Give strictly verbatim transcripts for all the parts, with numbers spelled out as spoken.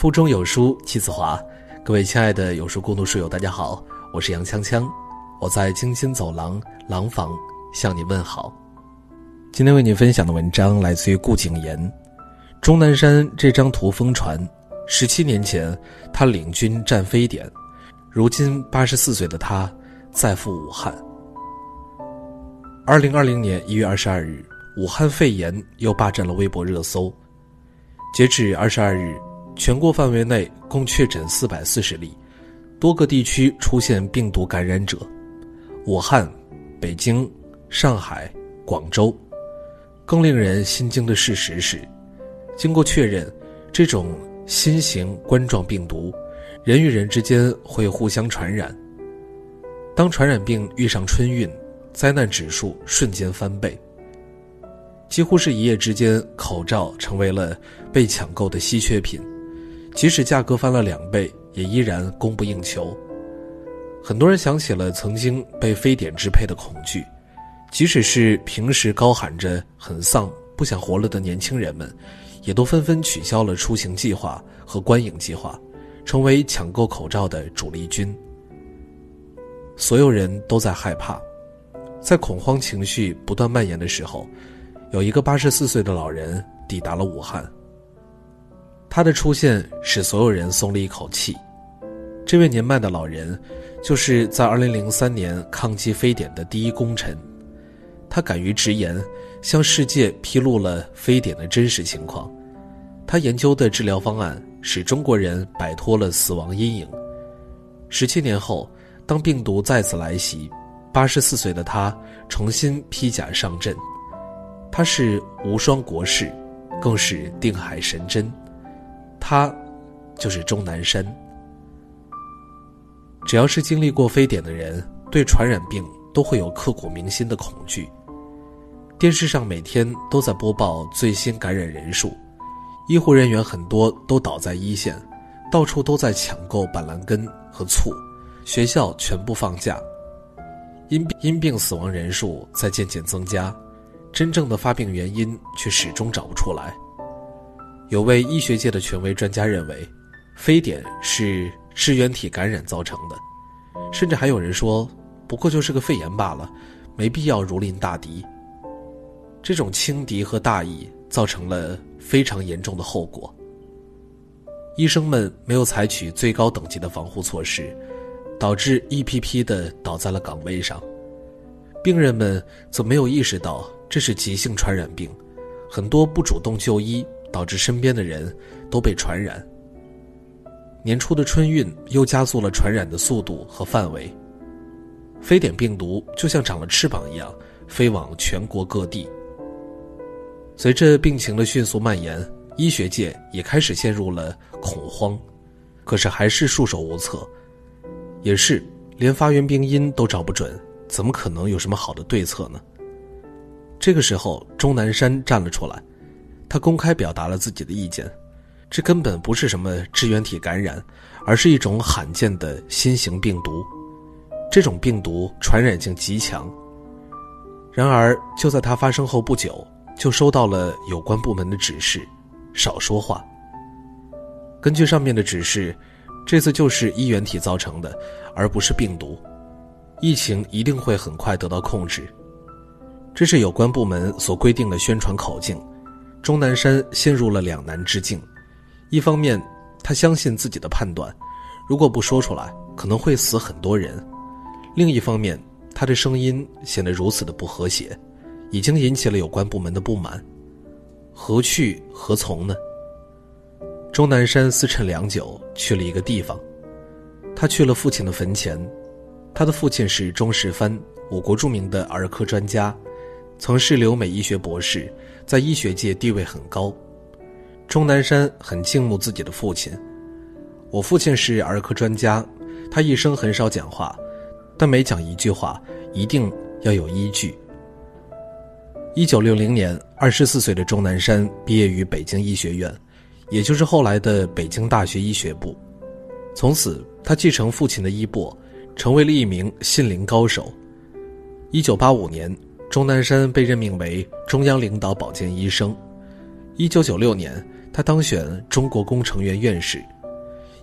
腹中有书气自华。各位亲爱的有书共读书友，大家好，我是杨锵锵，我在京津走廊廊坊向你问好。今天为你分享的文章来自于顾景言。钟南山这张图疯传，十七年前他领军战非典，如今八十四岁的他再赴武汉。二零二零年一月二十二日，武汉肺炎又霸占了微博热搜。截至二十二日，全国范围内共确诊四百四十例，多个地区出现病毒感染者。武汉、北京、上海、广州。更令人心惊的事实是，经过确认，这种新型冠状病毒人与人之间会互相传染。当传染病遇上春运，灾难指数瞬间翻倍。几乎是一夜之间，口罩成为了被抢购的稀缺品，即使价格翻了两倍，也依然供不应求。很多人想起了曾经被非典支配的恐惧，即使是平时高喊着很丧不想活了的年轻人们，也都纷纷取消了出行计划和观影计划，成为抢购口罩的主力军。所有人都在害怕，在恐慌情绪不断蔓延的时候，有一个八十四岁的老人抵达了武汉。他的出现使所有人松了一口气。这位年迈的老人就是在二零零三年抗击非典的第一功臣。他敢于直言，向世界披露了非典的真实情况。他研究的治疗方案使中国人摆脱了死亡阴影。十七年后，当病毒再次来袭，八十四岁的他重新披甲上阵。他是无双国士，更是定海神针。他就是钟南山。只要是经历过非典的人，对传染病都会有刻骨铭心的恐惧。电视上每天都在播报最新感染人数，医护人员很多都倒在一线，到处都在抢购板蓝根和醋，学校全部放假。因因病死亡人数在渐渐增加，真正的发病原因却始终找不出来。有位医学界的权威专家认为，非典是支原体感染造成的，甚至还有人说，不过就是个肺炎罢了，没必要如临大敌。这种轻敌和大意造成了非常严重的后果。医生们没有采取最高等级的防护措施，导致一批批的倒在了岗位上。病人们则没有意识到这是急性传染病，很多不主动就医，导致身边的人都被传染。年初的春运又加速了传染的速度和范围。非典病毒就像长了翅膀一样，飞往全国各地。随着病情的迅速蔓延，医学界也开始陷入了恐慌，可是还是束手无策。也是，连发源病因都找不准，怎么可能有什么好的对策呢？这个时候，钟南山站了出来，他公开表达了自己的意见。这根本不是什么支原体感染，而是一种罕见的新型病毒。这种病毒传染性极强。然而，就在它发生后不久，就收到了有关部门的指示，少说话。根据上面的指示，这次就是衣原体造成的，而不是病毒。疫情一定会很快得到控制。这是有关部门所规定的宣传口径。钟南山陷入了两难之境。一方面，他相信自己的判断，如果不说出来，可能会死很多人。另一方面，他的声音显得如此的不和谐，已经引起了有关部门的不满。何去何从呢？钟南山思忖良久，去了一个地方。他去了父亲的坟前。他的父亲是钟世藩，我国著名的儿科专家，曾是留美医学博士，在医学界地位很高。钟南山很敬慕自己的父亲。我父亲是儿科专家，他一生很少讲话，但每讲一句话一定要有依据。一九六零年，二十四岁的钟南山毕业于北京医学院，也就是后来的北京大学医学部。从此，他继承父亲的衣钵，成为了一名心灵高手。一九八五年，钟南山被任命为中央领导保健医生。一九九六年，他当选中国工程院院士，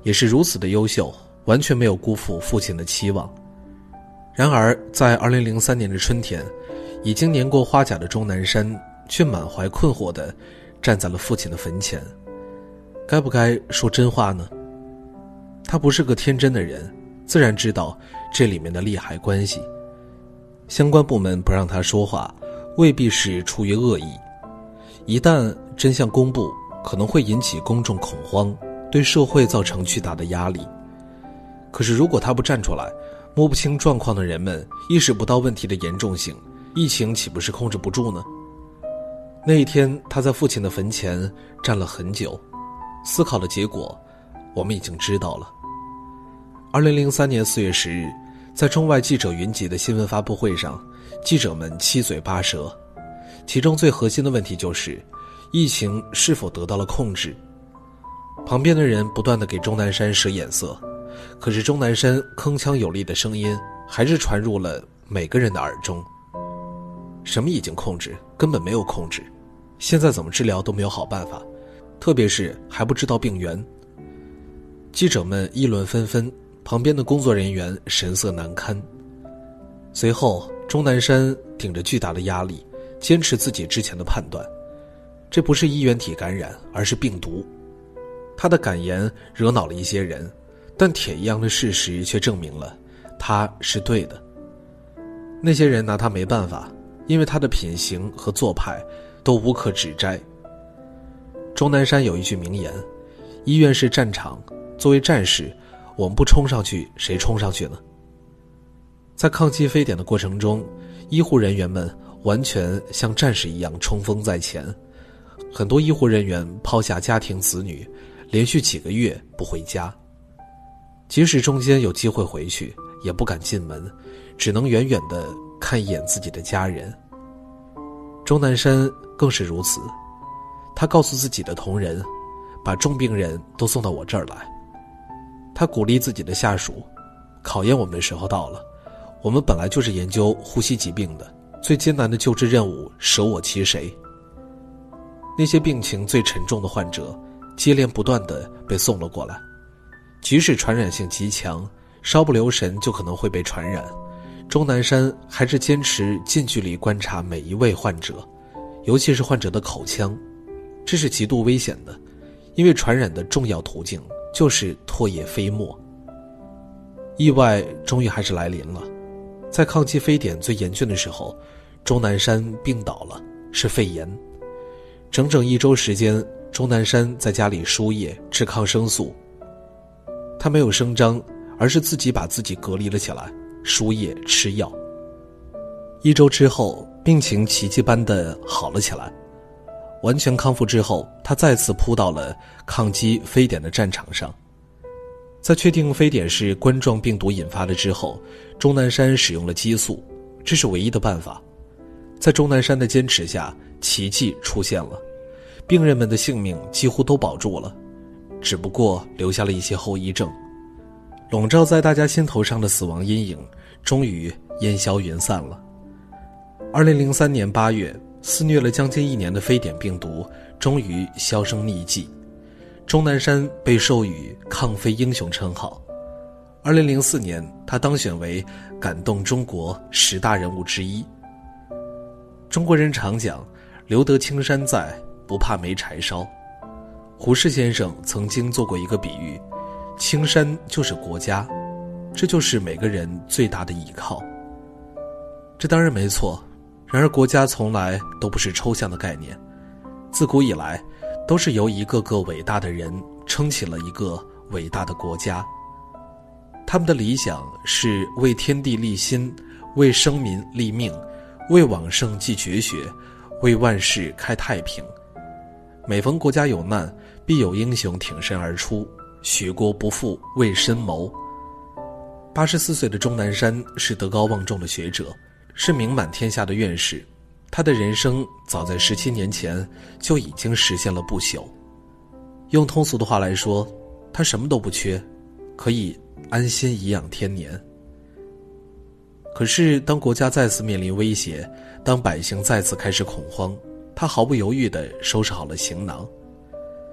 也是如此的优秀，完全没有辜负父亲的期望。然而在二零零三年的春天，已经年过花甲的钟南山却满怀困惑地站在了父亲的坟前。该不该说真话呢？他不是个天真的人，自然知道这里面的利害关系。相关部门不让他说话，未必是出于恶意。一旦真相公布，可能会引起公众恐慌，对社会造成巨大的压力。可是如果他不站出来，摸不清状况的人们意识不到问题的严重性，疫情岂不是控制不住呢？那一天，他在父亲的坟前站了很久，思考的结果我们已经知道了。二零零三年四月十日，在中外记者云集的新闻发布会上，记者们七嘴八舌，其中最核心的问题就是疫情是否得到了控制。旁边的人不断地给钟南山使眼色，可是钟南山铿锵有力的声音还是传入了每个人的耳中。什么已经控制？根本没有控制，现在怎么治疗都没有好办法，特别是还不知道病源。记者们议论纷纷，旁边的工作人员神色难堪。随后钟南山顶着巨大的压力，坚持自己之前的判断，这不是衣原体感染，而是病毒。他的感言惹恼了一些人，但铁一样的事实却证明了他是对的。那些人拿他没办法，因为他的品行和做派都无可指摘。钟南山有一句名言：医院是战场，作为战士，我们不冲上去，谁冲上去呢？在抗击非典的过程中，医护人员们完全像战士一样冲锋在前，很多医护人员抛下家庭子女，连续几个月不回家，即使中间有机会回去，也不敢进门，只能远远地看一眼自己的家人。钟南山更是如此，他告诉自己的同仁，把重病人都送到我这儿来。他鼓励自己的下属，考验我们的时候到了，我们本来就是研究呼吸疾病的，最艰难的救治任务舍我其谁。那些病情最沉重的患者接连不断地被送了过来，即使传染性极强，稍不留神就可能会被传染，钟南山还是坚持近距离观察每一位患者，尤其是患者的口腔，这是极度危险的，因为传染的重要途径就是唾液飞沫。意外终于还是来临了，在抗击非典最严峻的时候，钟南山病倒了，是肺炎。整整一周时间，钟南山在家里输液吃抗生素。他没有声张，而是自己把自己隔离了起来，输液吃药。一周之后，病情奇迹般的好了起来。完全康复之后，他再次扑到了抗击非典的战场上。在确定非典是冠状病毒引发的之后，钟南山使用了激素，这是唯一的办法。在钟南山的坚持下，奇迹出现了，病人们的性命几乎都保住了，只不过留下了一些后遗症。笼罩在大家心头上的死亡阴影终于烟消云散了。二零零三年八月，肆虐了将近一年的非典病毒终于销声匿迹，钟南山被授予抗非英雄称号。二零零四年，他当选为感动中国十大人物之一。中国人常讲留得青山在，不怕没柴烧。胡适先生曾经做过一个比喻，青山就是国家，这就是每个人最大的依靠。这当然没错，然而国家从来都不是抽象的概念，自古以来都是由一个个伟大的人撑起了一个伟大的国家。他们的理想是为天地立心，为生民立命，为往圣继绝学，为万世开太平。每逢国家有难，必有英雄挺身而出，许国不复为深谋。八十四岁的钟南山是德高望重的学者，是名满天下的院士，他的人生早在十七年前就已经实现了不朽。用通俗的话来说，他什么都不缺，可以安心颐养天年。可是当国家再次面临威胁，当百姓再次开始恐慌，他毫不犹豫地收拾好了行囊。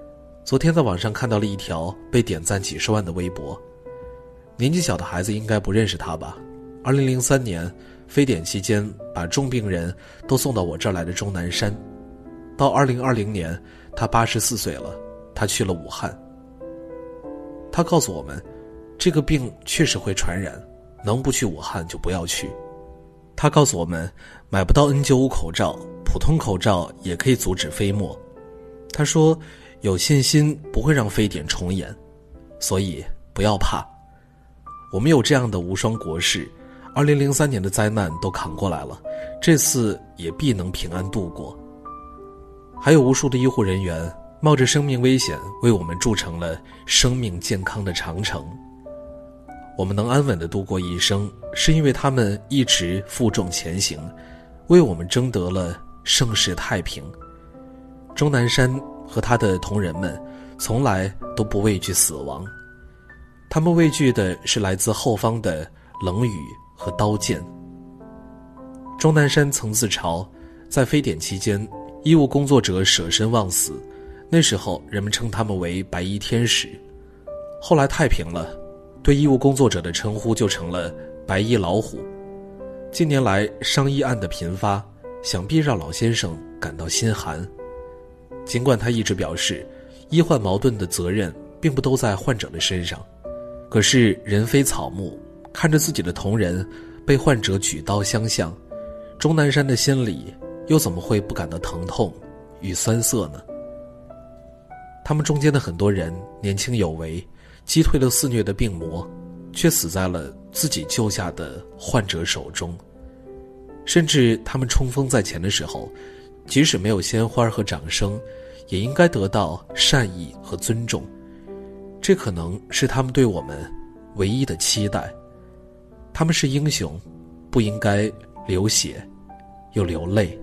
昨天在网上看到了一条被点赞几十万的微博，年纪小的孩子应该不认识他吧。二零零三年非典期间把重病人都送到我这儿来的钟南山，到二零二零年他八十四岁了，他去了武汉。他告诉我们，这个病确实会传染，能不去武汉就不要去。他告诉我们，买不到 N 九十五 口罩，普通口罩也可以阻止飞沫。他说有信心不会让非典重演，所以不要怕。我们有这样的无双国士，二零零三年的灾难都扛过来了，这次也必能平安度过。还有无数的医护人员冒着生命危险为我们筑成了生命健康的长城。我们能安稳地度过一生，是因为他们一直负重前行，为我们争得了盛世太平。钟南山和他的同仁们从来都不畏惧死亡，他们畏惧的是来自后方的冷雨和刀剑。钟南山曾自嘲，在非典期间，医务工作者舍身忘死，那时候人们称他们为白衣天使。后来太平了，对医务工作者的称呼就成了白衣老虎。近年来伤医案的频发，想必让老先生感到心寒。尽管他一直表示，医患矛盾的责任并不都在患者的身上，可是人非草木，看着自己的同仁被患者举刀相向，钟南山的心里又怎么会不感到疼痛与酸涩呢？他们中间的很多人年轻有为，击退了肆虐的病魔，却死在了自己救下的患者手中。甚至他们冲锋在前的时候，即使没有鲜花和掌声，也应该得到善意和尊重。这可能是他们对我们唯一的期待。他们是英雄，不应该流血又流泪。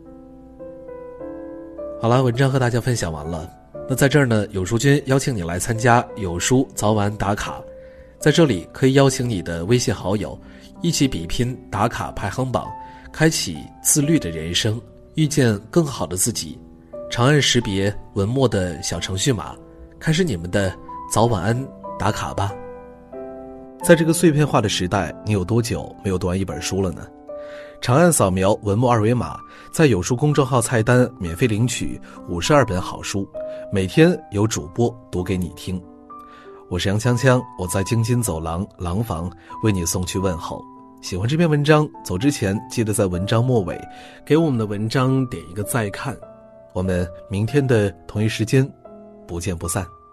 好了，文章和大家分享完了。那在这儿呢，有书君邀请你来参加有书早晚打卡，在这里可以邀请你的微信好友一起比拼打卡排行榜，开启自律的人生，遇见更好的自己。长按识别文末的小程序码，开始你们的早晚安打卡吧。在这个碎片化的时代，你有多久没有读完一本书了呢？长按扫描文末二维码，在有书公众号菜单免费领取五十二本好书，每天有主播读给你听。我是杨锵锵，我在京津走廊廊坊为你送去问候。喜欢这篇文章，走之前记得在文章末尾给我们的文章点一个再看。我们明天的同一时间不见不散。